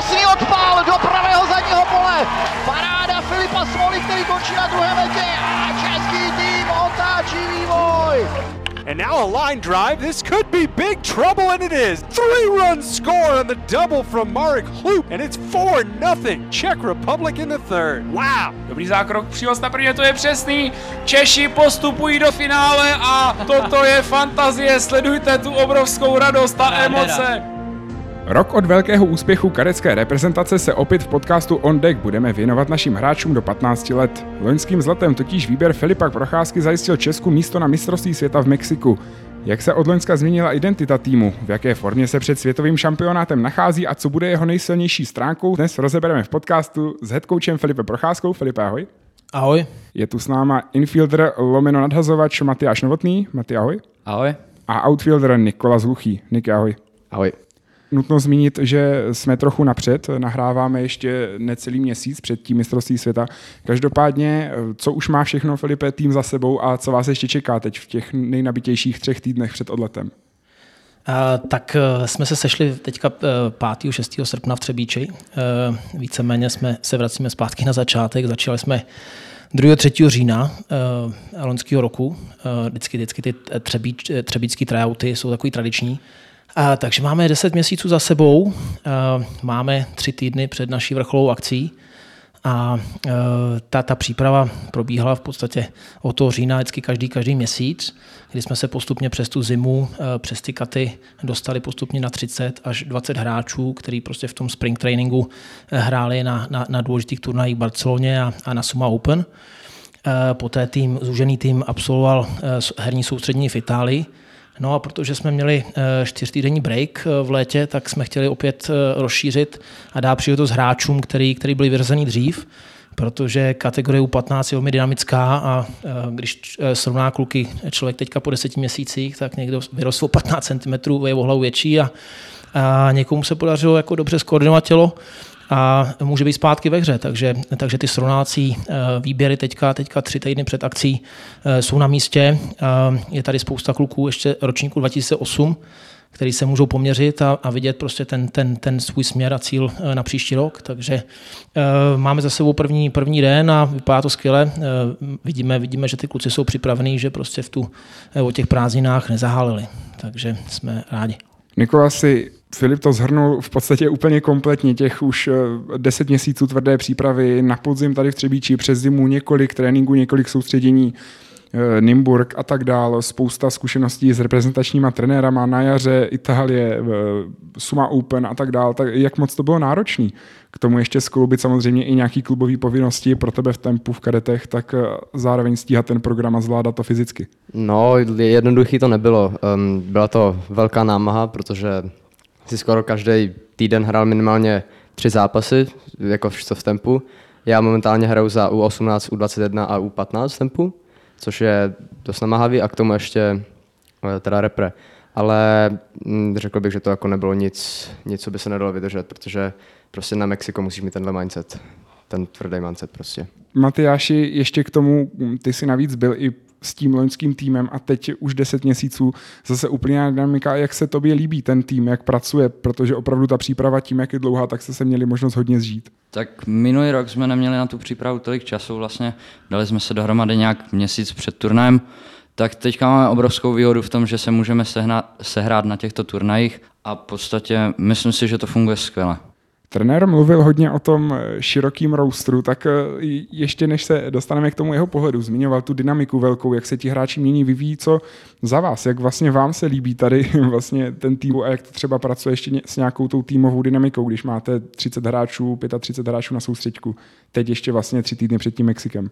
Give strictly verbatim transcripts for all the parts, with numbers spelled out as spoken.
krásný odpál do pravého zadního pole. Paráda Filipa Smoly, který končí na druhé metě a český tým otáčí vývoj. And now a line drive. This could be big trouble, and it is. Three-run score on the double from Marek Hloop, and it's four nothing. Czech Republic in the third. Wow. Dobrý zákrok, přívoz na prvně, to je přesný. Češi postupují do finále a toto je fantazie. Sledujte tu obrovskou radost a emoce. Rok od velkého úspěchu kadecké reprezentace se opět v podcastu On Deck budeme věnovat našim hráčům do patnácti let. Loňským zlatem totiž výběr Filipa Procházky zajistil Česku místo na mistrovství světa v Mexiku. Jak se od loňska změnila identita týmu, v jaké formě se před světovým šampionátem nachází a co bude jeho nejsilnější stránkou, dnes rozebereme v podcastu s headcoachem Filipem Procházkou. Filipe, ahoj. Ahoj. Je tu s náma infielder lomeno nadhazovač Matyáš Novotný. Maty, ahoj. Ahoj. A outfielder Nikola Zluchý. Niky, ahoj. Ahoj. Nutno zmínit, že jsme trochu napřed, nahráváme ještě necelý měsíc před tím mistrovství světa. Každopádně, co už má všechno, Filipe, tým za sebou a co vás ještě čeká teď v těch nejnabitějších třech týdnech před odletem? Uh, tak uh, jsme se sešli teďka uh, pátého šestého srpna v Třebíči. Uh, víceméně jsme se vracíme zpátky na začátek. Začali jsme druhého třetího října uh, loňského roku. Uh, vždycky, vždycky ty třebíč, třebíčský tryouty jsou takový tradiční. Uh, takže máme deset měsíců za sebou, uh, máme tři týdny před naší vrcholovou akcí a uh, ta, ta příprava probíhala v podstatě od toho října vždycky každý, každý měsíc, kdy jsme se postupně přes tu zimu, uh, přes ty katy dostali postupně na třicet až dvacet hráčů, kteří prostě v tom spring trainingu hráli na, na, na důležitých turnajích v Barceloně a, a na Suma Open. Uh, poté tým, zúžený tým absolvoval uh, herní soustředění v Itálii. No a protože jsme měli čtyřtýdenní break v létě, tak jsme chtěli opět rozšířit a dát příležitost hráčům, který, který byli vyřazení dřív, protože kategorie U patnáct je velmi dynamická a když srovná kluky člověk teďka po deseti měsících, tak někdo vyrostl o patnáct centimetrů, je o hlavu větší a, a někomu se podařilo jako dobře skoordinovat tělo a může být zpátky ve hře, takže, takže ty srovnávací výběry teďka, teďka tři týdny před akcí jsou na místě. Je tady spousta kluků ještě ročníku dva tisíce osm, který se můžou poměřit a, a vidět prostě ten, ten, ten svůj směr a cíl na příští rok, takže máme za sebou první, první den a vypadá to skvěle. Vidíme, vidíme, že ty kluci jsou připravení, že prostě v tu, o těch prázdninách nezaháleli, takže jsme rádi. Nikola, si Filip to shrnul v podstatě úplně kompletně, těch už deset měsíců tvrdé přípravy na podzim tady v Třebíči, přes zimu několik tréninků, několik soustředění, Nymburk a tak dál, spousta zkušeností s reprezentačníma trenérama na jaře, Itálie, Suma Open a tak dál. Tak jak moc to bylo náročný? K tomu ještě skloubit samozřejmě i nějaký klubový povinnosti pro tebe v tempu v kadetech, tak zároveň stíhat ten program a zvládat to fyzicky. No, jednoduchý to nebylo. Um, byla to velká námaha, protože si skoro každý týden hrál minimálně tři zápasy, jako v tempu. Já momentálně hraju za U osmnáct, U dvacet jedna a U patnáct v tempu, což je dost namáhavý a k tomu ještě teda repre. Ale řekl bych, že to jako nebylo nic, nic, co by se nedalo vydržet, protože prostě na Mexiko musíš mít tenhle mindset, ten tvrdý mindset prostě. Matyáši, ještě k tomu, ty jsi navíc byl i s tím loňským týmem a teď už deset měsíců zase úplně dynamika. Jak se tobě líbí ten tým, jak pracuje, protože opravdu ta příprava tím, jak je dlouhá, tak jste se měli možnost hodně zžít. Tak minulý rok jsme neměli na tu přípravu tolik času, vlastně dali jsme se dohromady nějak měsíc před turnajem, tak teďka máme obrovskou výhodu v tom, že se můžeme sehnat, sehrát na těchto turnajích a v podstatě myslím si, že to funguje skvěle. Trenér mluvil hodně o tom širokým roustru, tak ještě než se dostaneme k tomu jeho pohledu, zmiňoval tu dynamiku velkou, jak se ti hráči mění, vyvíjí, co za vás, jak vlastně vám se líbí tady vlastně ten tým a jak to třeba pracuje ještě s nějakou tou týmovou dynamikou, když máte třicet hráčů, třicet pět hráčů na soustředku, teď ještě vlastně tři týdny před tím Mexikem.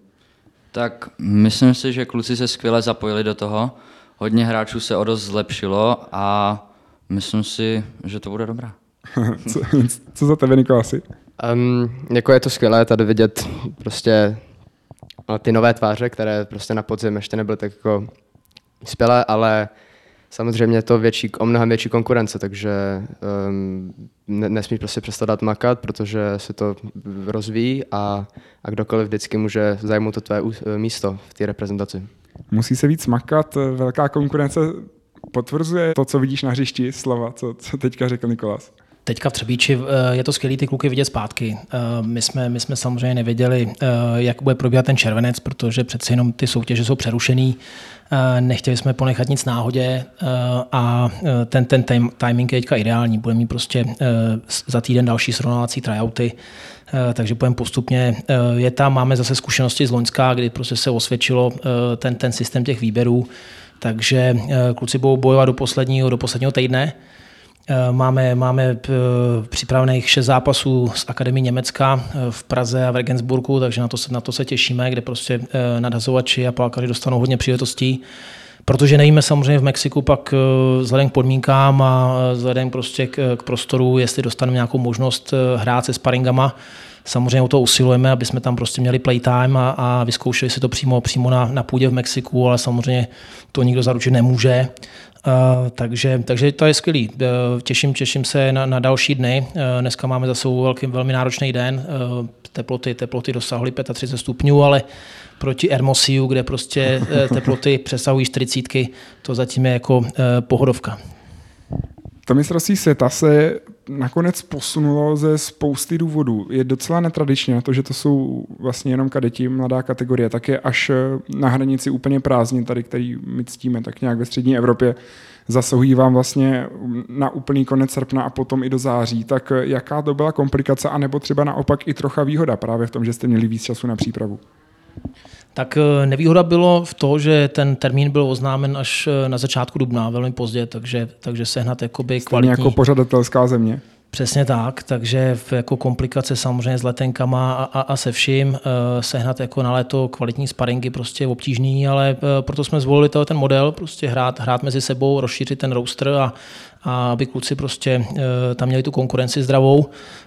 Tak myslím si, že kluci se skvěle zapojili do toho, hodně hráčů se o dost zlepšilo a myslím si, že to bude dobré. co, co za tebe, Nikolasi? Um, jako je to skvělé tady vidět prostě ty nové tváře, které prostě na podzim ještě nebyly tak jako skvělé, ale samozřejmě je to větší, o mnohem větší konkurence, takže um, nesmíš prostě přestat makat, protože se to rozvíjí a, a kdokoliv vždycky může zajmout to tvé místo v té reprezentaci. Musí se víc makat, velká konkurence potvrzuje to, co vidíš na hřišti, slova, co, co teďka řekl Nikolas. Teďka v Třebíči je to skvělý ty kluky vidět zpátky. My jsme, my jsme samozřejmě nevěděli, jak bude probíhat ten červenec, protože přeci jenom ty soutěže jsou přerušený. Nechtěli jsme ponechat nic náhodě a ten, ten timing je teďka ideální. Budeme mít prostě za týden další srovnávací tryouty, takže budeme postupně. Je tam, máme zase zkušenosti z loňska, kdy prostě se osvědčilo ten, ten systém těch výběrů, takže kluci budou bojovat do posledního, do posledního týdne. Máme, máme připravených šest zápasů z Akademie Německa v Praze a v Regensburgu, takže na to, se, na to se těšíme, kde prostě nadhazovači a palkaři dostanou hodně příležitostí. Protože nevíme samozřejmě v Mexiku pak vzhledem k podmínkám a vzhledem prostě k, k prostoru, jestli dostaneme nějakou možnost hrát se sparingama. Samozřejmě o to usilujeme, aby jsme tam prostě měli playtime a, a vyzkoušeli si to přímo, přímo na, na půdě v Mexiku, ale samozřejmě to nikdo zaručit nemůže. Uh, takže, takže to je skvělý. Uh, těším, těším se na, na další dny. Uh, dneska máme zase velký, velmi náročný den. Uh, teploty, teploty dosáhly třicet pět stupňů, ale proti Hermosiu, kde prostě uh, teploty přesahují čtyřicítky, to zatím je jako uh, pohodovka. To mistrovství světa se nakonec posunulo ze spousty důvodů. Je docela netradičně na to, že to jsou vlastně jenom kadeti, mladá kategorie, tak je až na hranici úplně prázdnin tady, který my ctíme, tak nějak ve střední Evropě zasahují vám vlastně na úplný konec srpna a potom i do září. Tak jaká to byla komplikace, anebo třeba naopak i trocha výhoda právě v tom, že jste měli víc času na přípravu? Tak nevýhoda bylo v to, že ten termín byl oznámen až na začátku dubna, velmi pozdě, takže, takže sehnat jakoby kvalitní... jako pořadatelská země. Přesně tak, takže jako komplikace samozřejmě s letenkama a, a, a se vším, sehnat jako na léto kvalitní sparingy prostě obtížný, ale proto jsme zvolili ten model, prostě hrát, hrát mezi sebou, rozšířit ten roster a, a aby kluci prostě tam měli tu konkurenci zdravou.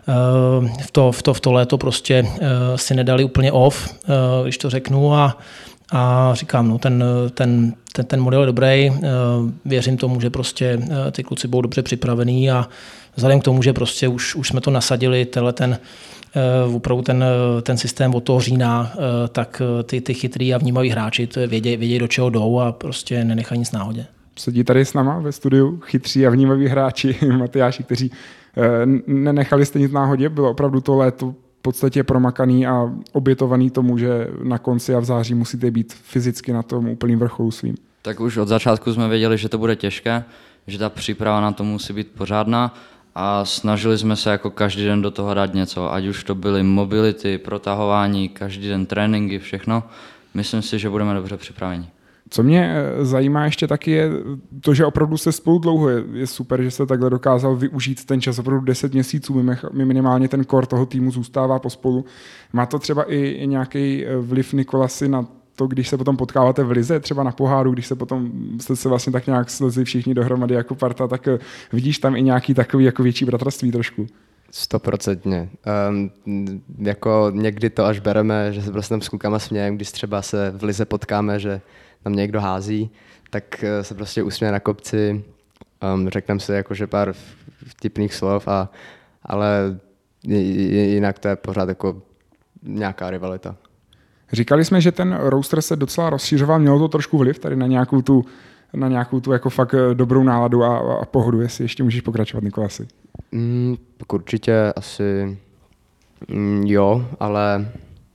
V to, v to, v to léto prostě si nedali úplně off, když to řeknu, a, a říkám, no, ten, ten, ten, ten model je dobrý, věřím tomu, že prostě ty kluci budou dobře připravený a vzhledem k tomu, že prostě už, už jsme to nasadili, tenhle ten, opravdu ten, ten systém od toho října, tak ty, ty chytrý a vnímaví hráči vědějí, věděj, do čeho jdou a prostě nenechají nic náhodě. Sedí tady s náma ve studiu chytří a vnímaví hráči, Matyáši, kteří nenechali jste nic náhodě, bylo opravdu to léto v podstatě promakaný a obětovaný tomu, že na konci a v září musíte být fyzicky na tom úplným vrcholu svým. Tak už od začátku jsme věděli, že to bude těžké, že ta příprava na to musí být pořádná a snažili jsme se jako každý den do toho dát něco, ať už to byly mobility, protahování, každý den tréninky, všechno. Myslím si, že budeme dobře připraveni. Co mě zajímá ještě taky je to, že opravdu se spolu dlouho. Je, je super, že se takhle dokázal využít ten čas opravdu deset měsíců. Minimálně ten core toho týmu zůstává pospolu. Má to třeba i nějaký vliv, Nikolasi, na to, když se potom potkáváte v lize, třeba na poháru, když se potom jste se vlastně tak nějak slezli všichni dohromady jako parta, tak vidíš tam i nějaký takový jako větší bratrství trošku. Stoprocentně. Um, jako někdy to až bereme, že se prostě tam s klukama smějeme, když třeba se v lize potkáme, že tam někdo hází, tak se prostě usměje na kopci, um, řekneme si jakože pár vtipných slov, a, ale jinak to je pořád jako nějaká rivalita. Říkali jsme, že ten roster se docela rozšířoval, mělo to trošku vliv tady na nějakou tu, na nějakou tu jako fakt dobrou náladu a, a pohodu, jestli ještě můžeš pokračovat, Nikolasi. Mm, určitě asi mm, jo, ale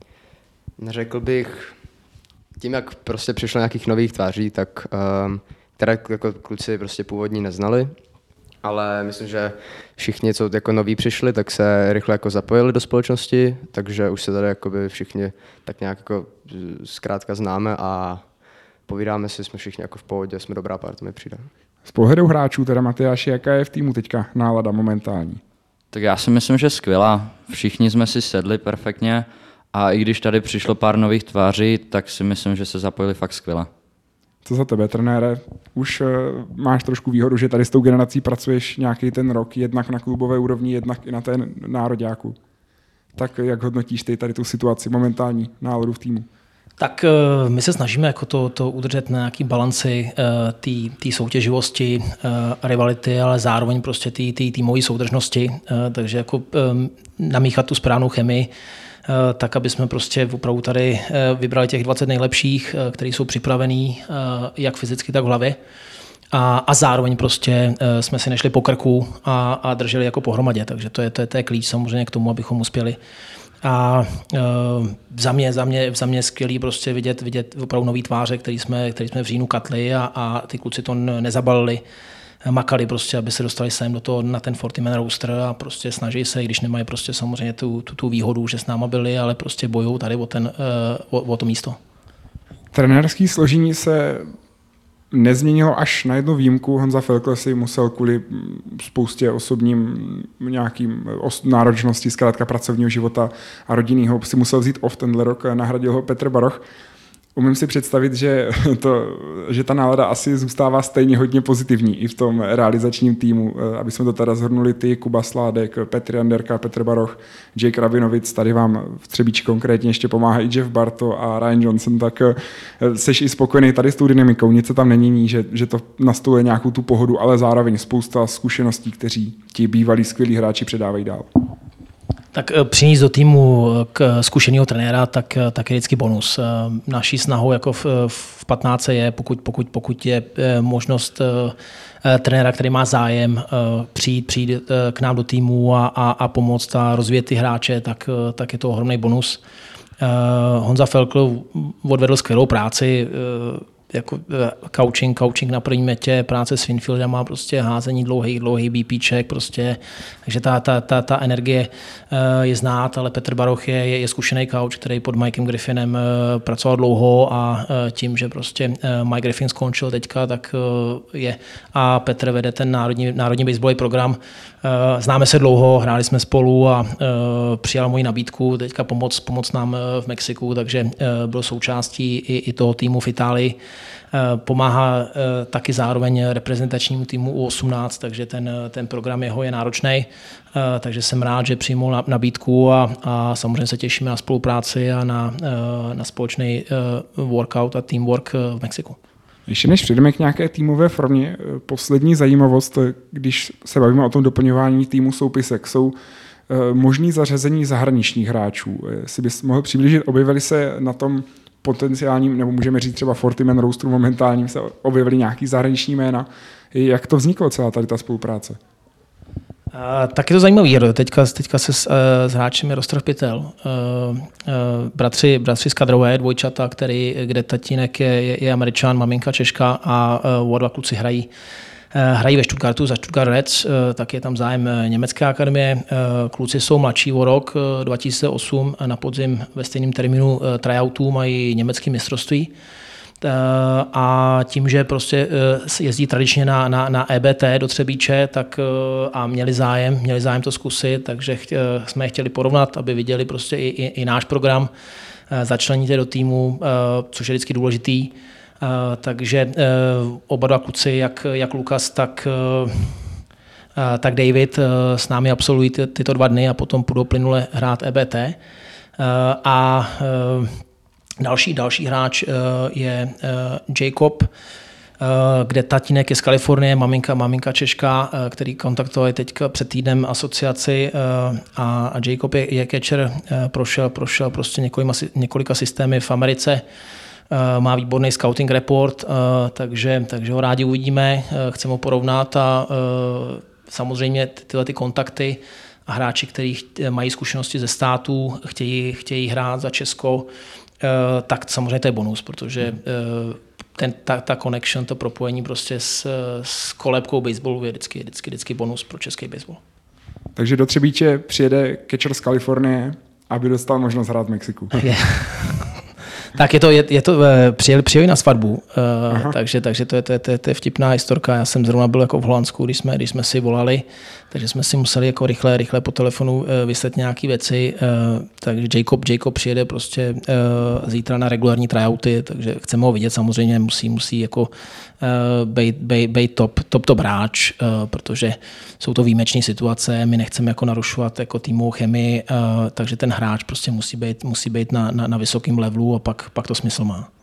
neřekl bych, tím, jak prostě přišlo nějakých nových tváří, tak um, které jako kluci prostě původní neznali, ale myslím, že všichni, co jako noví přišli, tak se rychle jako zapojili do společnosti, takže už se tady jakoby všichni tak nějak jako zkrátka známe a povídáme si, jsme všichni jako v pohodě, jsme dobrá parta, mi přijde. Z pohledou hráčů, teda Matyáši, jaká je v týmu teďka nálada momentální? Tak já si myslím, že skvělá. Všichni jsme si sedli perfektně a i když tady přišlo pár nových tváří, tak si myslím, že se zapojili fakt skvěle. Co za tebe, trenére? Už uh, máš trošku výhodu, že tady s tou generací pracuješ nějaký ten rok, jednak na klubové úrovni, jednak i na té nároďáku. Tak jak hodnotíš ty tady tu situaci, momentální náladu v týmu? Tak uh, my se snažíme jako to, to udržet na nějaký balanci uh, té soutěživosti, uh, rivality, ale zároveň prostě té týmové soudržnosti, uh, takže jako um, namíchat tu správnou chemii, tak, aby jsme prostě opravdu tady vybrali těch dvacet nejlepších, kteří jsou připravení jak fyzicky, tak v hlavě. a, a zároveň prostě jsme si nešli po krku a, a drželi jako pohromadě, takže to je, to je, to je klíč samozřejmě k tomu, abychom uspěli. A e, za mě, za mě, za mě skvělý prostě vidět, vidět opravdu nový tváře, který jsme, který jsme v říjnu katli a, a ty kluci to nezabalili, makali prostě, aby se dostali sem do toho na ten forty man roster a prostě snaží se, i když nemají prostě samozřejmě tu, tu, tu výhodu, že s náma byli, ale prostě bojují tady o, ten, o, o to místo. Trenérský složení se nezměnilo až na jednu výjimku. Honza Felkl si musel kvůli spoustě osobním nějakým náročnosti, zkrátka pracovního života a rodinného, si musel vzít off tenhle rok, nahradil ho Petr Baroch. Umím si představit, že, to, že ta nálada asi zůstává stejně hodně pozitivní i v tom realizačním týmu. Aby jsme to teda zhrnuli, ty, Kuba Sládek, Petr Janderka, Petr Baroch, Jake Rabinovic, tady vám v Třebíči konkrétně ještě pomáhá i Jeff Barto a Ryan Johnson, tak seš i spokojený tady s tou dynamikou, nic se tam nemění, že, že to nastoluje nějakou tu pohodu, ale zároveň spousta zkušeností, kteří ti bývalí skvělí hráči předávají dál. Tak přinést do týmu k zkušeného trenéra, tak, tak je vždycky bonus. Naší snahou jako v, v patnáctce je, pokud, pokud, pokud je možnost trenéra, který má zájem přijít, přijít k nám do týmu a, a, a pomoct a rozvíjet ty hráče, tak, tak je to ohromný bonus. Honza Felkl odvedl skvělou práci, jako coaching, coaching na první metě, práce s Winfieldem, prostě házení dlouhých, dlouhých BPček, prostě, takže ta, ta, ta, ta energie je znát, ale Petr Baroch je, je, je zkušený coach, který pod Mikem Griffinem pracoval dlouho a tím, že prostě Mike Griffin skončil teďka, tak je a Petr vede ten národní, národní baseballový program. Známe se dlouho, hráli jsme spolu a přijal moji nabídku teďka pomoct, pomoct nám v Mexiku, takže byl součástí i, i toho týmu v Itálii. Pomáhá taky zároveň reprezentačnímu týmu U osmnáct, takže ten, ten program jeho je náročný. Takže jsem rád, že přijmul nabídku a, a samozřejmě se těšíme na spolupráci a na, na společný workout a teamwork v Mexiku. Ještě než přejdeme k nějaké týmové formě, poslední zajímavost, když se bavíme o tom doplňování týmu soupisek, jsou možný zařazení zahraničních hráčů. Si bys mohl přiblížit, objevili se na tom potenciálním, nebo můžeme říct třeba forty man rosteru momentálním, se objevily nějaký zahraniční jména. Jak to vzniklo celá tady ta spolupráce? Uh, tak je to zajímavý. Teďka, teďka se s, uh, s hráčem je Rostr Pytel. Uh, uh, bratři, bratři z Kadrové, dvojčata, který, kde tatínek je, je, je Američan, maminka Češka a uh, dva kluci hrají. Hrají ve Stuttgartu za Stuttgart Reds, tak je tam zájem německé akademie. Kluci jsou mladší o rok, dva tisíce osm na podzim ve stejném termínu tryoutů mají německé mistrovství. A tím, že prostě jezdí tradičně na, na, na E B T do Třebíče, tak a měli zájem, měli zájem to zkusit, takže jsme je chtěli porovnat, aby viděli prostě i, i, i náš program, začlenit je do týmu, což je vždycky důležitý. Uh, takže uh, oba dva kluci, jak, jak Lukas, tak, uh, uh, tak David uh, s námi absolvují ty, tyto dva dny a potom půjdou plynule hrát E B T. Uh, a uh, další, další hráč uh, je uh, Jacob, uh, kde tatínek je z Kalifornie, maminka, maminka Češka, uh, který kontaktovali teďka před týdnem asociaci uh, a, a Jacob je, je catcher, uh, prošel, prošel prostě několika, několika systémy v Americe. Má výborný scouting report, takže, takže ho rádi uvidíme, chceme ho porovnat a samozřejmě tyhle ty kontakty a hráči, kteří mají zkušenosti ze států, chtějí, chtějí hrát za Česko, tak samozřejmě to je bonus, protože ten, ta, ta connection, to propojení prostě s, s kolébkou baseballu je vždycky, vždycky, vždycky bonus pro český baseball. Takže do Třebíče přijede catcher z Kalifornie, aby dostal možnost hrát v Mexiku. Tak je to, je, je to přijeli, přijeli na svatbu, uh, takže, takže to, je, to, je, to, je, to je vtipná historka. Já jsem zrovna byl jako v Holandsku, když jsme, když jsme si volali, takže jsme si museli jako rychle, rychle po telefonu uh, vysvětlit nějaké věci. Uh, takže Jacob, Jacob přijede prostě uh, zítra na regulární tryouty, takže chceme ho vidět, samozřejmě musí, musí jako uh, být, být, být top, top, top hráč, uh, protože jsou to výjimečné situace, my nechceme jako narušovat jako týmovou chemii, uh, takže ten hráč prostě musí být, musí být na, na, na vysokém levelu a pak, pak to smysl má.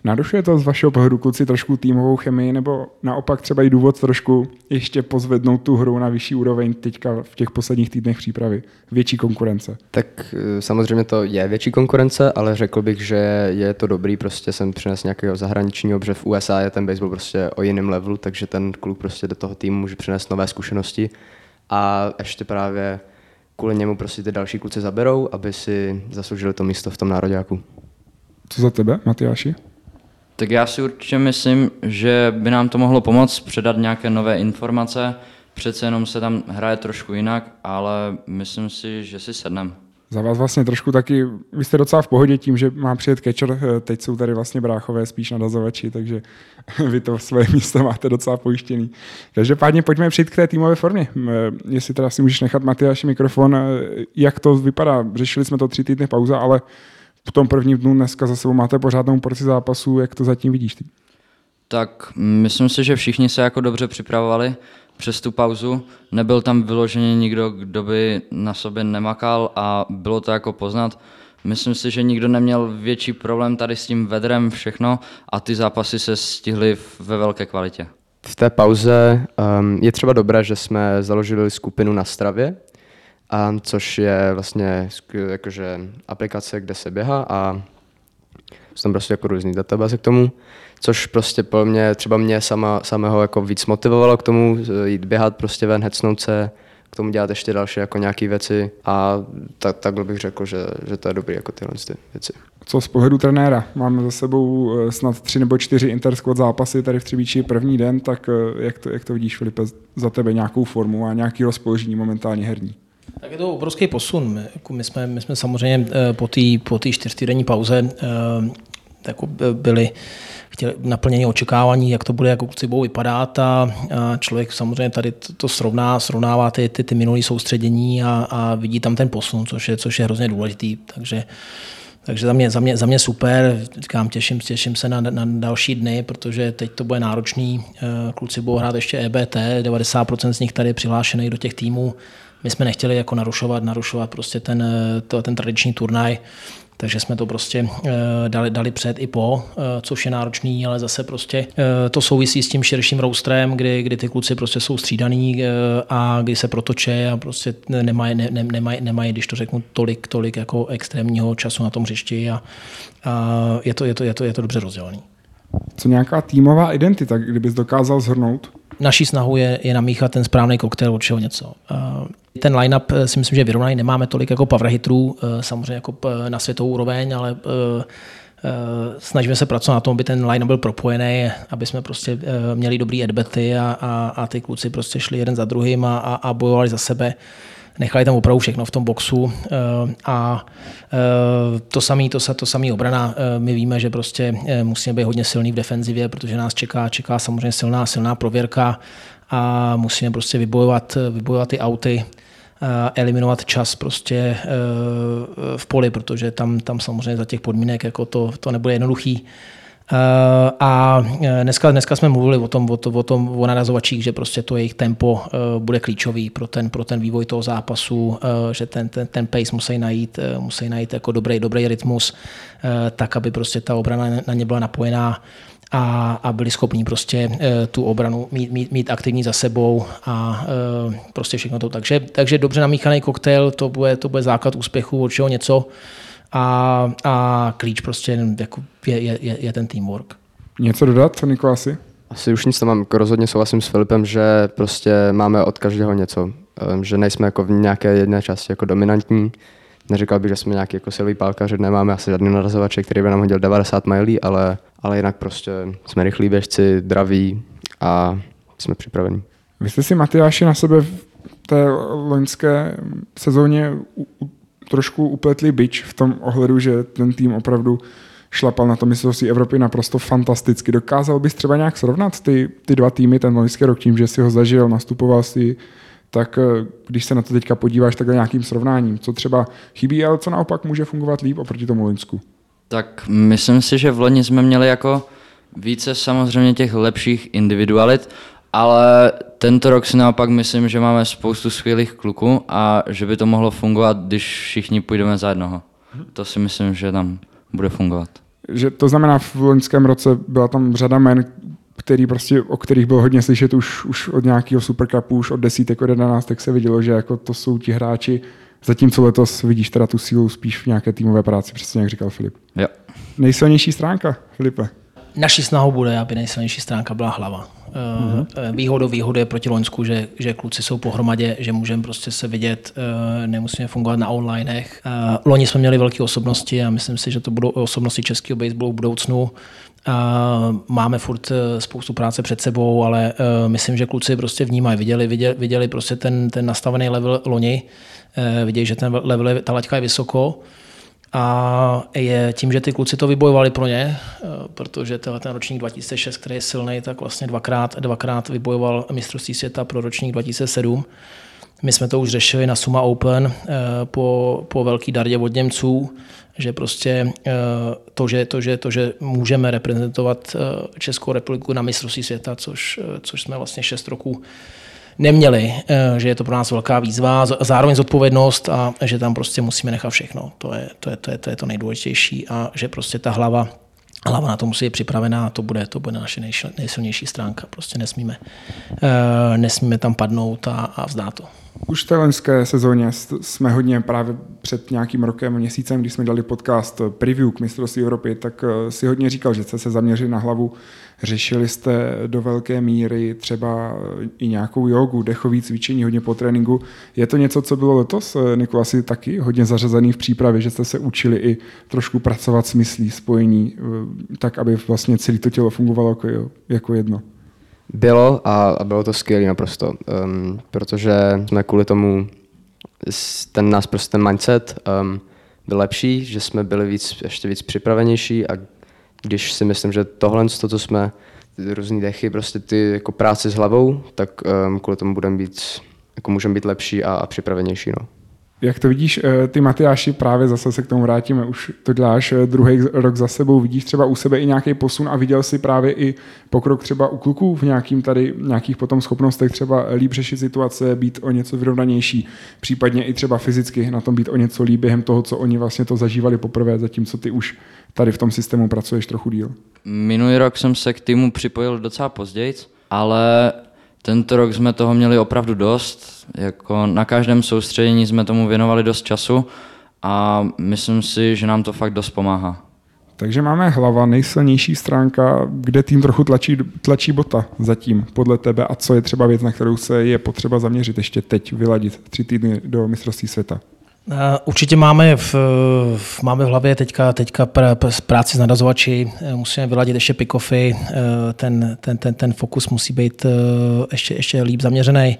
Narušuje to z vašeho pohledu, kluci, trošku týmovou chemii, nebo naopak třeba i důvod trošku ještě pozvednout tu hru na vyšší úroveň teďka v těch posledních týdnech přípravy? Větší konkurence? Tak samozřejmě to je větší konkurence, ale řekl bych, že je to dobrý, prostě jsem přines nějakého zahraničního, protože v U S A je ten baseball prostě o jiném levelu, takže ten kluk prostě do toho týmu může přinést nové zkušenosti a ještě právě kvůli němu prostě ty další kluci zaberou, aby si zasloužili to místo v tom nároďáku. Co za tebe, Matyáši? Tak já si určitě myslím, že by nám to mohlo pomoct předat nějaké nové informace. Přece jenom se tam hraje trošku jinak, ale myslím si, že si sedneme. Za vás vlastně trošku taky, vy jste docela v pohodě tím, že má přijet catcher, teď jsou tady vlastně bráchové spíš nadazovači, takže vy to svoje místo máte docela pojištěný. Každopádně pojďme přijít k té týmové formě. Jestli teda si můžeš nechat, Matyáši, mikrofon, jak to vypadá? Řešili jsme to tři týdny pauza, ale v tom prvním dnu dneska za sebou máte pořádnou porci zápasů, jak to zatím vidíš ty? Tak myslím si, že všichni se jako dobře připravovali přes tu pauzu. Nebyl tam vyloženě nikdo, kdo by na sobě nemakal a bylo to jako poznat. Myslím si, že nikdo neměl větší problém tady s tím vedrem, všechno a ty zápasy se stihly ve velké kvalitě. V té pauze um, je třeba dobré, že jsme založili skupinu na Stravě, a což je vlastně jakože aplikace, kde se běhá a jsou tam prostě jako různý databáze k tomu, což prostě pro mě, třeba mě sama, samého jako víc motivovalo k tomu jít běhat prostě ven, hecnout se, k tomu dělat ještě další jako nějaké věci a tak, takhle bych řekl, že, že to je dobrý jako tyhle ty věci. Co z pohledu trenéra? Máme za sebou snad tři nebo čtyři intersquad zápasy tady v Třebíči první den, tak jak to, jak to vidíš, Filipe, za tebe nějakou formu a nějaký rozpoložení momentálně herní? Tak je to obrovský posun. My, jako my, jsme, my jsme samozřejmě po té po té čtyřtýdenní pauze jako byli chtěli naplnění očekávání, jak to bude, jako kluci budou vypadat a, a člověk samozřejmě tady to, to srovná, srovnává ty, ty, ty minulé soustředění a, a vidí tam ten posun, což je, což je hrozně důležitý. Takže, takže za mě, za mě, za mě super, říkám, těším, těším se na, na další dny, protože teď to bude náročný. Kluci budou hrát ještě E B T, devadesát procent z nich tady je přihlášených do těch týmů. My jsme nechtěli jako narušovat, narušovat prostě ten, to, ten tradiční turnaj, takže jsme to prostě dali, dali před i po, což je náročný, ale zase prostě to souvisí s tím širším rostrem, kdy, kdy ty kluci prostě jsou střídaný a kdy se protoče a prostě nemají, ne, nemají, nemají, když to řeknu, tolik, tolik jako extrémního času na tom hřišti a, a je, to, je, to, je, to, je to dobře rozdělený. Co nějaká týmová identita, kdybys dokázal shrnout? Naší snahou je, je namíchat ten správný koktejl od čeho něco. Ten line-up si myslím, že je vyrovnaný, nemáme tolik jako power hitrů, samozřejmě jako na světovou úroveň, ale snažíme se pracovat na tom, aby ten line-up byl propojený, aby jsme prostě měli dobrý adbety a, a, a ty kluci prostě šli jeden za druhým a, a, a bojovali za sebe. Nechali tam opravdu všechno v tom boxu a to samé to, to samý obrana. My víme, že prostě musíme být hodně silný v defenzivě, protože nás čeká, čeká samozřejmě silná, silná prověrka a musíme prostě vybojovat, vybojovat ty auty, eliminovat čas prostě v poli, protože tam, tam samozřejmě za těch podmínek jako to, to nebude jednoduchý. A dneska, dneska jsme mluvili o tom, o, to, o tom o narazovačích, že prostě to jejich tempo bude klíčový pro ten, pro ten vývoj toho zápasu, že ten, ten, ten pace musí najít, musí najít jako dobrý, dobrý rytmus, tak, aby prostě ta obrana na ně byla napojená a, a byli schopní prostě tu obranu mít, mít, mít aktivní za sebou a prostě všechno to. Takže, takže dobře namíchaný koktejl, to bude, to bude základ úspěchu, od čeho něco. A, a klíč prostě jako je, je, je ten teamwork. Něco dodat, co Nikolasi? Asi už nic, to mám, rozhodně souhlasím s Filipem, že prostě máme od každého něco. Že nejsme jako v nějaké jedné části jako dominantní. Neříkal bych, že jsme nějaký jako silový pálkaři, nemáme asi žádný narazovače, který by nám hodil devadesát milí, ale, ale jinak prostě jsme rychlí běžci, draví a jsme připraveni. Vy jste si, Matyáši, na sebe v té loňské sezóně u, u, trošku upletli bič v tom ohledu, že ten tým opravdu šlapal na to mistrovství Evropy naprosto fantasticky. Dokázal bys třeba nějak srovnat ty, ty dva týmy, ten loňský rok, tím, že si ho zažil, nastupoval si, tak když se na to teďka podíváš takhle nějakým srovnáním, co třeba chybí, ale co naopak může fungovat líp oproti tomu Loňsku? Tak myslím si, že v loni jsme měli jako více samozřejmě těch lepších individualit, ale tento rok si naopak myslím, že máme spoustu skvělých kluků a že by to mohlo fungovat, když všichni půjdeme za jednoho. To si myslím, že tam bude fungovat. Že to znamená, v loňském roce byla tam řada men, který prostě, o kterých bylo hodně slyšet už, už od nějakého Supercupu, už od desítek, od jedenáctek se vidělo, že jako to jsou ti hráči, zatímco letos vidíš teda tu sílu spíš v nějaké týmové práci, přesně jak říkal Filip. Jo. Nejsilnější stránka, Filipe? Naší snahou bude, aby nejsilnější stránka byla hlava. Mm-hmm. Výhodou výhody je proti Loňsku, že, že kluci jsou pohromadě, že můžeme prostě se vidět, nemusíme fungovat na onlinech. Loni jsme měli velké osobnosti a myslím si, že to budou osobnosti českého baseballu v budoucnu. Máme furt spoustu práce před sebou, ale myslím, že kluci prostě vnímají. Viděli, viděli, viděli prostě ten, ten nastavený level loni, viděli, že ten level, ta laťka je vysoko. A je tím, že ty kluci to vybojovali pro ně, protože ten ročník dva tisíce šest, který je silný, tak vlastně dvakrát, dvakrát vybojoval mistrovství světa pro ročník dva tisíce sedm. My jsme to už řešili na Suma Open po, po velký dardě od Němců, že prostě to že, to, že, to, že můžeme reprezentovat Českou republiku na mistrovství světa, což, což jsme vlastně šest roků neměli, že je to pro nás velká výzva, zároveň zodpovědnost a že tam prostě musíme nechat všechno. To je to, je, to, je, to, je to nejdůležitější a že prostě ta hlava, hlava na to musí být připravená a to bude, to bude naše nejsilnější stránka. Prostě nesmíme, nesmíme tam padnout a, a vzdát to. Už v té loňské sezóně jsme hodně právě před nějakým rokem, měsícem, když jsme dali podcast preview k mistrovství Evropy, tak si hodně říkal, že jste se zaměřili na hlavu. Řešili jste do velké míry třeba i nějakou jogu, dechové cvičení, hodně po tréninku. Je to něco, co bylo letos, Nikolasi, taky hodně zařazený v přípravě, že jste se učili i trošku pracovat s myslí, spojení, tak, aby vlastně celé to tělo fungovalo jako, jako jedno? Bylo a, a bylo to skvělé naprosto, um, protože jsme kvůli tomu, ten nás prostě ten mindset um, byl lepší, že jsme byli víc, ještě víc připravenější a když si myslím, že tohle, to, co jsme, ty různý dechy, prostě ty jako práce s hlavou, tak um, kvůli tomu budeme být, jako můžeme být lepší a, a připravenější. No. Jak to vidíš, ty Matyáši, právě zase se k tomu vrátíme, už to děláš druhý rok za sebou, vidíš třeba u sebe i nějaký posun a viděl jsi právě i pokrok třeba u kluků v nějakým tady, nějakých potom schopnostech třeba líp řešit situace, být o něco vyrovnanější, případně i třeba fyzicky na tom být o něco líp během toho, co oni vlastně to zažívali poprvé, zatímco ty už tady v tom systému pracuješ trochu díl. Minulý rok jsem se k týmu připojil docela později, ale tento rok jsme toho měli opravdu dost. Jako na každém soustředění jsme tomu věnovali dost času a myslím si, že nám to fakt dost pomáhá. Takže máme hlava, nejsilnější stránka, kde tým trochu tlačí, tlačí bota zatím podle tebe a co je třeba věc, na kterou se je potřeba zaměřit ještě teď, vyladit tři týdny do mistrovství světa. Určitě máme v, máme v hlavě teďka, teďka pr- práci s nadazovači, musíme vyladit ještě pick-offy, ten, ten, ten, ten fokus musí být ještě, ještě líp zaměřený.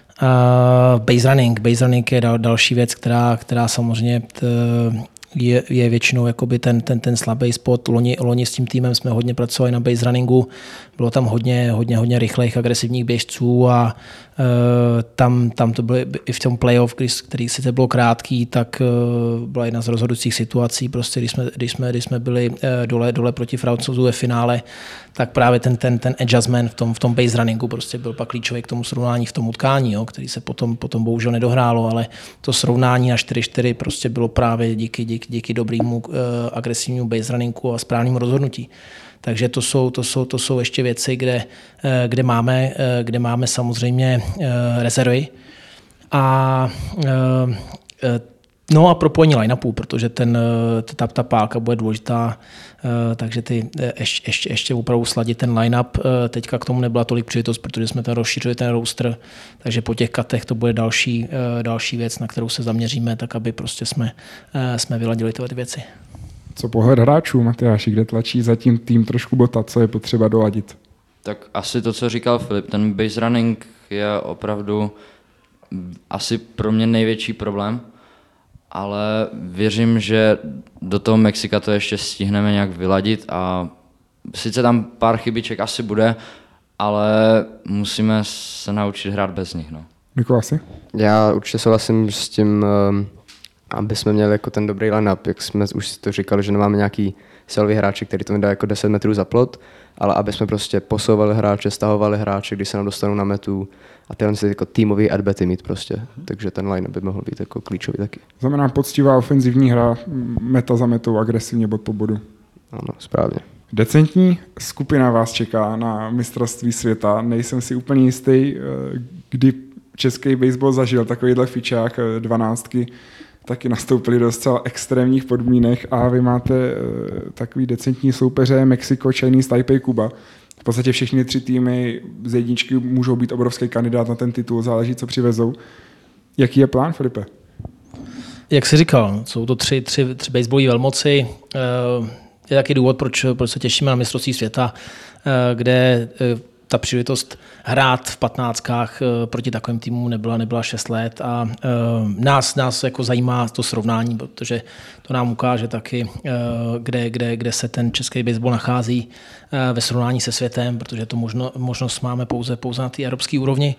Base running, base running je dal, další věc, která, která samozřejmě t, je, je většinou jakoby ten, ten, ten slabý spot. Loni, loni s tím týmem jsme hodně pracovali na base runningu, bylo tam hodně, hodně, hodně rychlých, agresivních běžců a uh, tam, tam to bylo i v tom playoff, který, který sice bylo krátký, tak uh, byla jedna z rozhodujících situací, prostě když jsme, když jsme, když jsme byli uh, dole, dole proti Francouzům ve finále, tak právě ten, ten, ten adjustment v tom, v tom base runningu prostě byl pak klíčový k tomu srovnání v tom utkání, jo, který se potom, potom bohužel nedohrálo, ale to srovnání na čtyři čtyři prostě bylo právě díky, díky, díky dobrému uh, agresivnímu base runningu a správnému rozhodnutí. Takže to jsou, to jsou, to jsou ještě věci, kde, kde, máme, kde máme samozřejmě rezervy. A no a propojení line-upů, protože ten, ta, ta pálka bude důležitá, takže ty ještě, ještě, ještě opravdu sladit ten line-up. Teďka k tomu nebyla tolik příležitost, protože jsme tam rozšířili ten roster, takže po těch katech to bude další, další věc, na kterou se zaměříme, tak aby prostě jsme, jsme vyladili tyhle věci. Co pohled hráčů, Matyáši, kde tlačí zatím tým trošku bota, co je potřeba doladit? Tak asi to, co říkal Filip, ten base running je opravdu asi pro mě největší problém, ale věřím, že do toho Mexika to ještě stihneme nějak vyladit a sice tam pár chybiček asi bude, ale musíme se naučit hrát bez nich. No. Nikolasi? Já určitě souhlasím s tím, aby jsme měli jako ten dobrý line-up, jak jsme už to říkali, že nemáme nějaký silový hráči, který to dá jako deset metrů za plot, ale aby jsme prostě posouvali hráče, stahovali hráče, když se nám dostanou na metu a tyhle si jako týmový adbety mít prostě. Takže ten line-up by mohl být jako klíčový taky. Znamená poctivá ofenzivní hra, meta za metou, agresivně bod po bodu. Ano, správně. Decentní skupina vás čeká na mistrovství světa. Nejsem si úplně jistý, kdy český baseball zažil takovýhle fičák dvanáctky, taky nastoupili do zcela extrémních podmínek a vy máte takový decentní soupeře Mexiko, Chinese Taipei, Kuba. V podstatě všechny tři týmy z jedničky můžou být obrovský kandidát na ten titul, záleží, co přivezou. Jaký je plán, Filipe? Jak jsi říkal, jsou to tři, tři, tři baseballové velmoci. Je taky důvod, proč, proč se těšíme na mistrovství světa, kde ta příležitost hrát v patnáctkách proti takovým týmům nebyla, nebyla šest let a nás, nás jako zajímá to srovnání, protože to nám ukáže taky, kde, kde, kde se ten český baseball nachází ve srovnání se světem, protože to možno, možnost máme pouze, pouze na té evropské úrovni.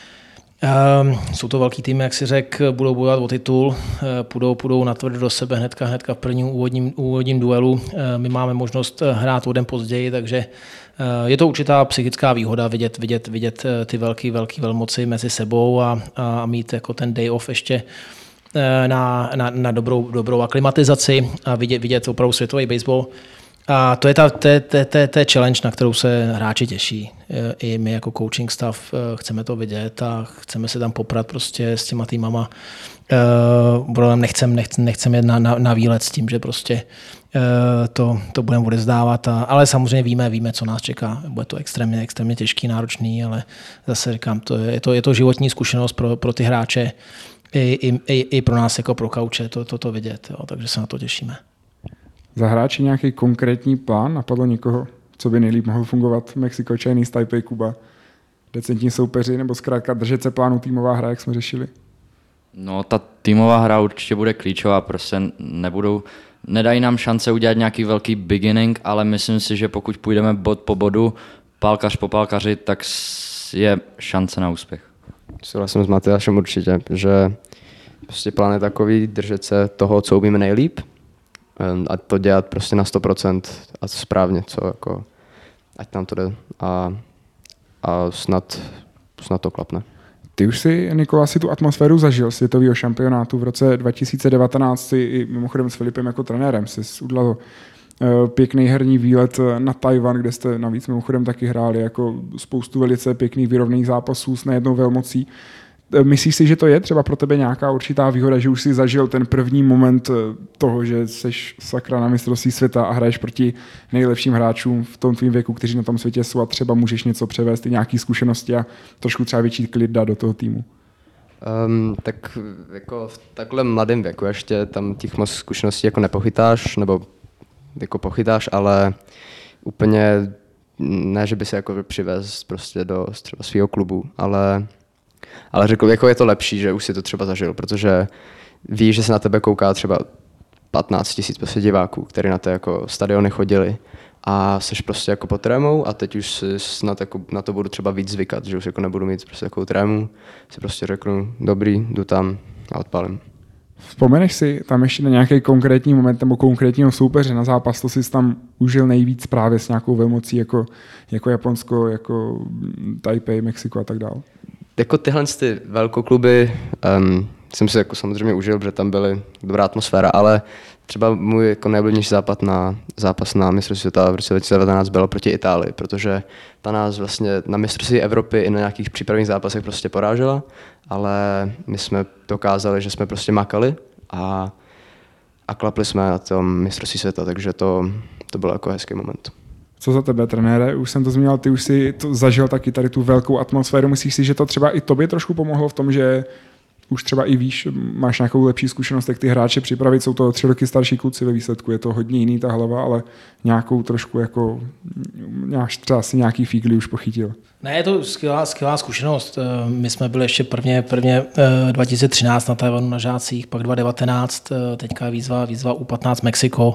Um, jsou to velký týmy, jak si řekl, budou bojovat o titul, uh, půjdou, půjdou natvrdo do sebe hnedka, hnedka v prvním úvodním, úvodním duelu. Uh, my máme možnost hrát o den později, takže uh, je to určitá psychická výhoda vidět, vidět, vidět uh, ty velký, velký velmoci mezi sebou a, a mít jako ten day off ještě uh, na, na, na dobrou, dobrou aklimatizaci a vidět, vidět opravdu světový baseball. A to je ta to je, to je, to je, to je challenge, na kterou se hráči těší. I my jako coaching staff chceme to vidět a chceme se tam poprat prostě s těma týmama. Uh, nechcem, nechcem, nechcem jít na, na, na výlet s tím, že prostě uh, to, to budeme odevzdávat. A, ale samozřejmě víme, víme, co nás čeká. Bude to extrémně, extrémně těžký, náročný, ale zase říkám, to je, je, to, je to životní zkušenost pro, pro ty hráče i, i, i, i pro nás jako pro kauče to, to, to vidět. Jo, takže se na to těšíme. Za hráči nějaký konkrétní plán? Napadlo někoho, co by nejlíp mohl fungovat? Mexiko, Chinese, Taipei, Kuba? Decentní soupeři nebo zkrátka držet se plánu týmová hra, jak jsme řešili? No, ta týmová hra určitě bude klíčová, prostě nebudou, nedají nám šance udělat nějaký velký beginning, ale myslím si, že pokud půjdeme bod po bodu, pálkař po pálkaři, tak je šance na úspěch. Souhlasím s Matyášem určitě, že prostě plán je takový, držet se toho, co umíme nejlíp, a to dělat prostě na sto procent a to správně, co jako, ať nám to jde a, a snad, snad to klapne. Ty už si, Nikola, si tu atmosféru zažil světového šampionátu v roce dva tisíce devatenáct si i mimochodem s Filipem jako trenérem si udělal pěkný herní výlet na Tajvan, kde jste navíc mimochodem taky hráli jako spoustu velice pěkných vyrovnaných zápasů s nejednou velmocí. Myslíš si, že to je třeba pro tebe nějaká určitá výhoda, že už si zažil ten první moment toho, že seš sakra na mistrovství světa a hraješ proti nejlepším hráčům v tom tvým věku, kteří na tom světě jsou a třeba můžeš něco převést, i nějaký zkušenosti a trošku třeba větší klid dát do toho týmu? Um, tak jako v takhle mladém věku ještě tam těch moc zkušeností jako nepochytáš, nebo jako pochytáš, ale úplně ne, že by se jako přivez prostě do třeba svého klubu, ale Ale řekl, jako je to lepší, že už si to třeba zažil, protože víš, že se na tebe kouká třeba patnáct tisíc prostě diváků, kteří na to jako stadiony chodili a seš prostě jako pod trémou a teď už si snad jako na to budu třeba víc zvykat, že už jako nebudu mít prostě takovou trému, si prostě řeknu, dobrý, jdu tam a odpálím. Vzpomeneš si tam ještě na nějaký konkrétní moment nebo konkrétního soupeře na zápas, to jsi tam užil nejvíc právě s nějakou velmocí jako, jako Japonsko, jako Taipei, Mexiko a tak dále? Jako tyhle ty velkokluby um, jsem si jako samozřejmě užil, protože tam byly dobrá atmosféra, ale třeba můj jako nejoblíbenější zápas na, zápas na mistrovství světa v roce dva tisíce devatenáct bylo proti Itálii, protože ta nás vlastně na mistrovství Evropy i na nějakých přípravných zápasech prostě porážela, ale my jsme dokázali, že jsme prostě makali a, a klapli jsme na tom mistrovství světa, takže to, to bylo jako hezký moment. Co za tebe, trenére? Už jsem to zmínil, ty už si to zažil taky tady tu velkou atmosféru. Myslíš si, že to třeba i tobě trošku pomohlo v tom, že už třeba i víš, máš nějakou lepší zkušenost, jak ty hráče připravit? Jsou to tři roky starší kluci ve výsledku, je to hodně jiný ta hlava, ale nějakou trošku jako, třeba si nějaký fígly už pochytil. Ne, je to skvělá, skvělá zkušenost. My jsme byli ještě prvně, prvně dva tisíce třináct na Tajvanu na žácích, pak dva tisíce devatenáct, teďka výzva, výzva U patnáct Mexiko.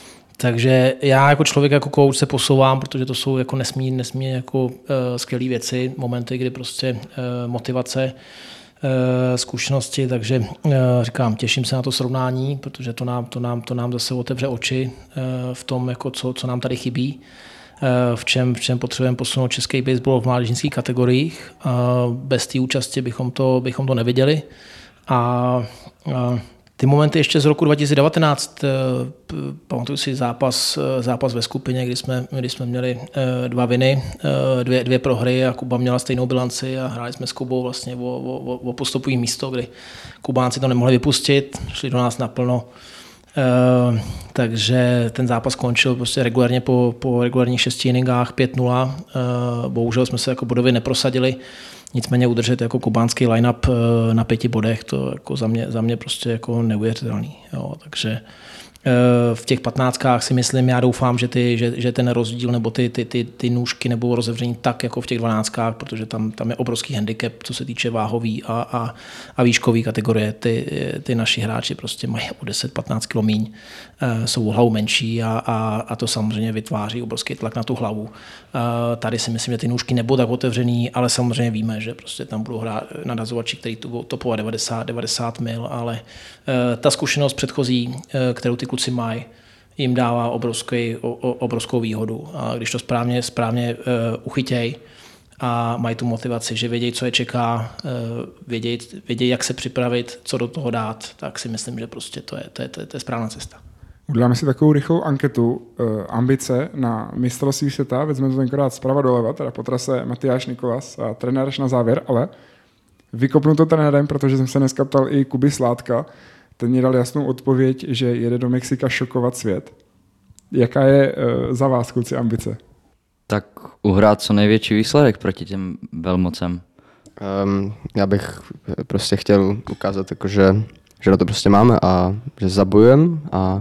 Takže já jako člověk, jako coach se posouvám, protože to jsou jako nesmí, nesmí jako uh, skvělé věci, momenty, kdy prostě uh, motivace, uh, zkušenosti, takže uh, říkám, těším se na to srovnání, protože to nám, to nám, to nám zase otevře oči uh, v tom, jako co, co nám tady chybí, uh, v čem, v čem potřebujeme posunout český baseball v mládežnických kategoriích. Uh, bez té účasti bychom to, bychom to neviděli. A uh, Ty momenty ještě z roku dva tisíce devatenáct, pamatuju si zápas, zápas ve skupině, kdy jsme, kdy jsme měli dva viny, dvě, dvě prohry a Kuba měla stejnou bilanci a hráli jsme s Kubou vlastně o, o, o postupový místo, kdy Kubánci to nemohli vypustit, šli do nás naplno. Uh, takže ten zápas skončil prostě regulárně po, po regulárních šesti inningách pět nula. Uh, bohužel jsme se jako bodově neprosadili, nicméně udržet jako kubánský line-up uh, na pěti bodech, to jako za mě, za mě prostě jako neuvěřitelný. Jo. Takže v těch patnáctkách si myslím, já doufám, že, ty, že, že ten rozdíl nebo ty, ty, ty, ty nůžky nebudou rozevření tak jako v těch dvanáctkách, protože tam, tam je obrovský handicap, co se týče váhový a, a, a výškový kategorie. Ty, ty naši hráči prostě mají o deset patnáct kilo míň, jsou o hlavu menší a, a, a to samozřejmě vytváří obrovský tlak na tu hlavu. Tady si myslím, že ty nůžky nebudou tak otevřený, ale samozřejmě víme, že prostě tam budou hrát nadazovači, který tu topovat devadesát, devadesát mil, ale ta zkušenost předchozí, kterou ty kluci mají, jim dává obrovský, o, obrovskou výhodu. A když to správně, správně uh, uchytěj a mají tu motivaci, že vědějí, co je čeká, uh, vědějí, vědějí, jak se připravit, co do toho dát, tak si myslím, že prostě to je, to je, to je, to je správná cesta. Uděláme si takovou rychlou anketu. Uh, ambice na mistrovství světa, vezmeme to tenkrát zprava doleva, teda po trase Matyáš Nikolas a trenér až na závěr, ale vykopnu to trenérem, protože jsem se dneska ptal i Kuby Sládka. Ten mi dal jasnou odpověď, že jede do Mexika šokovat svět. Jaká je uh, za vás, kluci, ambice? Tak uhrát co největší výsledek proti těm velmocem. Um, já bych prostě chtěl ukázat, jako, že, že na to prostě máme a že zabojujeme a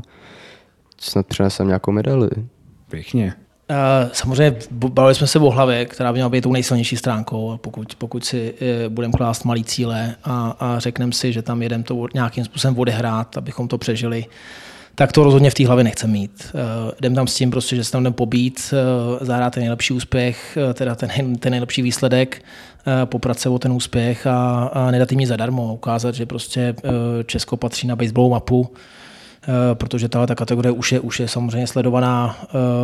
snad přinesem nějakou medaili. Pěkně. Uh, samozřejmě bavili jsme se o hlavě, která by měla být tou nejsilnější stránkou a pokud, pokud si uh, budeme klást malý cíle a, a řekneme si, že tam jedeme to nějakým způsobem odehrát, abychom to přežili, tak to rozhodně v té hlavě nechceme mít. Uh, jdem tam s tím prostě, že se tam jdeme pobít, uh, zahrát ten nejlepší úspěch, uh, teda ten, ten nejlepší výsledek, uh, poprat se o ten úspěch a, a nedat jim nic zadarmo, ukázat, že prostě uh, Česko patří na baseballovou mapu, protože tahle ta kategorie už je, už je samozřejmě sledovaná,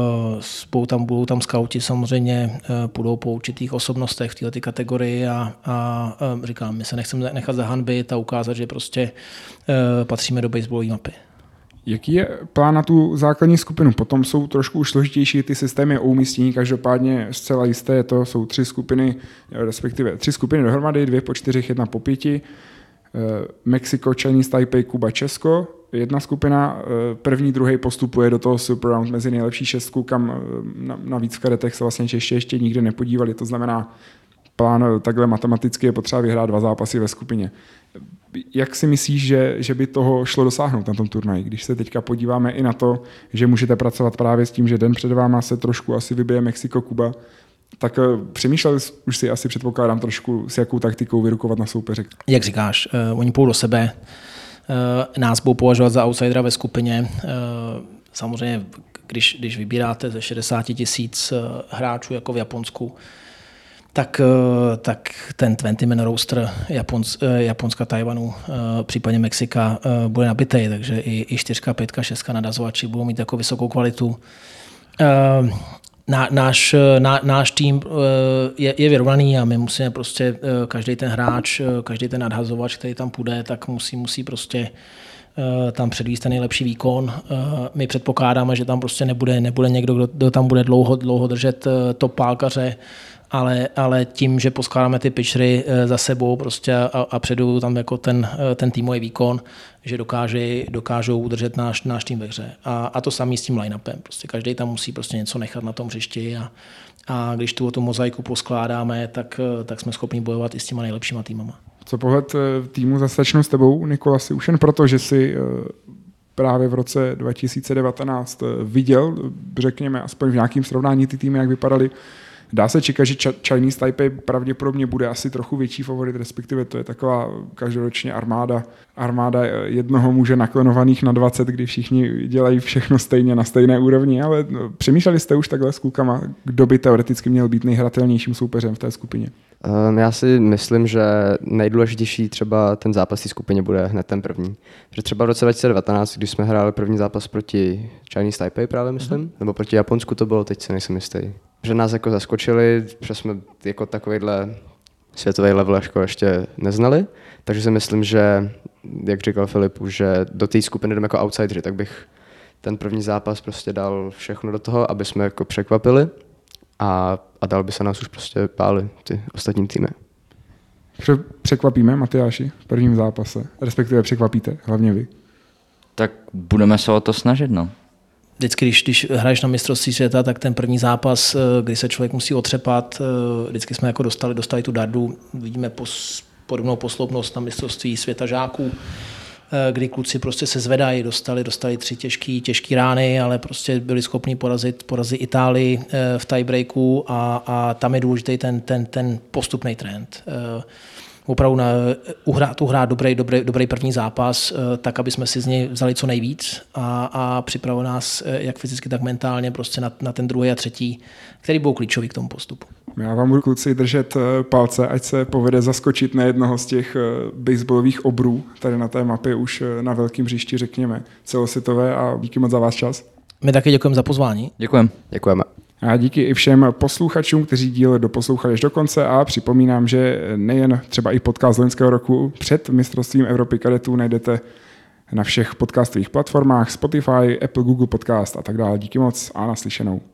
budou tam, budou tam skauti samozřejmě, půjdou po určitých osobnostech v této kategorii a, a říkám, my se nechceme nechat zahanbit a ukázat, že prostě patříme do baseballové mapy. Jaký je plán na tu základní skupinu? Potom jsou trošku už složitější ty systémy o umístění, každopádně zcela jisté to jsou tři skupiny, respektive tři skupiny dohromady, dvě po čtyřech, jedna po pěti. Mexiko, Chinese Taipei, Kuba, Česko. Jedna skupina, první, druhý postupuje do toho super round mezi nejlepší šestku, kam navíc v kadetech se vlastně Češi ještě nikdy nepodívali. To znamená, plán takhle matematicky je potřeba vyhrát dva zápasy ve skupině. Jak si myslíš, že, že by toho šlo dosáhnout na tom turnaji? Když se teďka podíváme i na to, že můžete pracovat právě s tím, že den před váma se trošku asi vybije Mexiko, Kuba, tak přemýšlel už si asi předpokládám trošku, s jakou taktikou vyrukovat na soupeře. Jak říkáš, uh, oni půjdou do sebe, uh, nás budou považovat za outsidera ve skupině. Uh, samozřejmě, když, když vybíráte ze šedesát tisíc uh, hráčů jako v Japonsku, tak, uh, tak ten dvacet-man roster Japons, uh, Japonska, Tajvanu, uh, případně Mexika uh, bude nabitej, takže i, i čtyřka, pětka, šestka nadazovači budou mít jako vysokou kvalitu. Uh, Ná, náš, ná, náš tým je, je vyrovnaný a my musíme prostě, každý ten hráč, každý ten nadhazovač, který tam půjde, tak musí, musí prostě tam předvíst ten nejlepší výkon. My předpokládáme, že tam prostě nebude, nebude někdo, kdo, kdo tam bude dlouho, dlouho držet top pálkaře, ale, ale tím, že poskládáme ty pitchery za sebou prostě a, a předu tam jako ten, ten týmový výkon, že dokáže, dokážou udržet náš, náš tým ve hře. A, a to samý s tím line-upem. Prostě každý tam musí prostě něco nechat na tom hřišti a, a když tu, tu mozaiku poskládáme, tak, tak jsme schopni bojovat i s těma nejlepšíma týmama. Co pohled týmu zase začnu s tebou, Nikolasi, už jen proto, že si právě v roce dva tisíce devatenáct viděl, řekněme, aspoň v nějakém srovnání ty týmy, jak vypadaly. Dá se čekat, že Chinese Taipei pravděpodobně bude asi trochu větší favorit, respektive to je taková každoročně armáda, armáda jednoho muže naklenovaných na dvacet, kdy všichni dělají všechno stejně na stejné úrovni, ale přemýšleli jste už takhle s klukama, kdo by teoreticky měl být nejhratelnějším soupeřem v té skupině? Um, já si myslím, že nejdůležitější třeba ten zápas v skupině bude hned ten první. Že třeba v roce dva tisíce devatenáct, když jsme hráli první zápas proti Chinese Taipei právě myslím, mm-hmm. nebo proti Japonsku to bylo, teď se nejsem jistý. Že nás jako zaskočili, že jsme jako takovýhle světový level jako ještě neznali, takže si myslím, že, jak říkal Filip, že do té skupiny jdeme jako outsideri, tak bych ten první zápas prostě dal všechno do toho, aby jsme jako překvapili a, a dal by se nás už prostě báli ty ostatní týmy. Překvapíme Matyáši v prvním zápase, respektive překvapíte, hlavně vy. Tak budeme se o to snažit, no. Vždycky, když, když hraješ na mistrovství světa, tak ten první zápas, kdy se člověk musí otřepat, vždycky jsme jako dostali, dostali tu dardu, vidíme pos, podobnou posloupnost na mistrovství světa žáků, kdy kluci prostě se zvedají, dostali, dostali tři těžký, těžký rány, ale prostě byli schopni porazit, porazit Itálii v tiebreaku a, a tam je důležitý ten, ten, ten postupný trend. Opravdu na, uhrát, uhrát dobrý, dobrý, dobrý první zápas, tak, aby jsme si z něj vzali co nejvíc a, a připravili nás jak fyzicky, tak mentálně prostě na, na ten druhý a třetí, který byl klíčový k tomu postupu. Já vám budu kluci držet palce, ať se povede zaskočit na jednoho z těch baseballových obrů tady na té mapě už na velkým hřišti, řekněme, celosvětové a díky moc za váš čas. My taky děkujeme za pozvání. Děkujeme. Děkujeme. A díky i všem posluchačům, kteří díl doposlouchali až do konce a připomínám, že nejen třeba i podcast loňského roku před mistrovstvím Evropy kadetů najdete na všech podcastových platformách, Spotify, Apple, Google Podcast a tak dále. Díky moc a naslyšenou.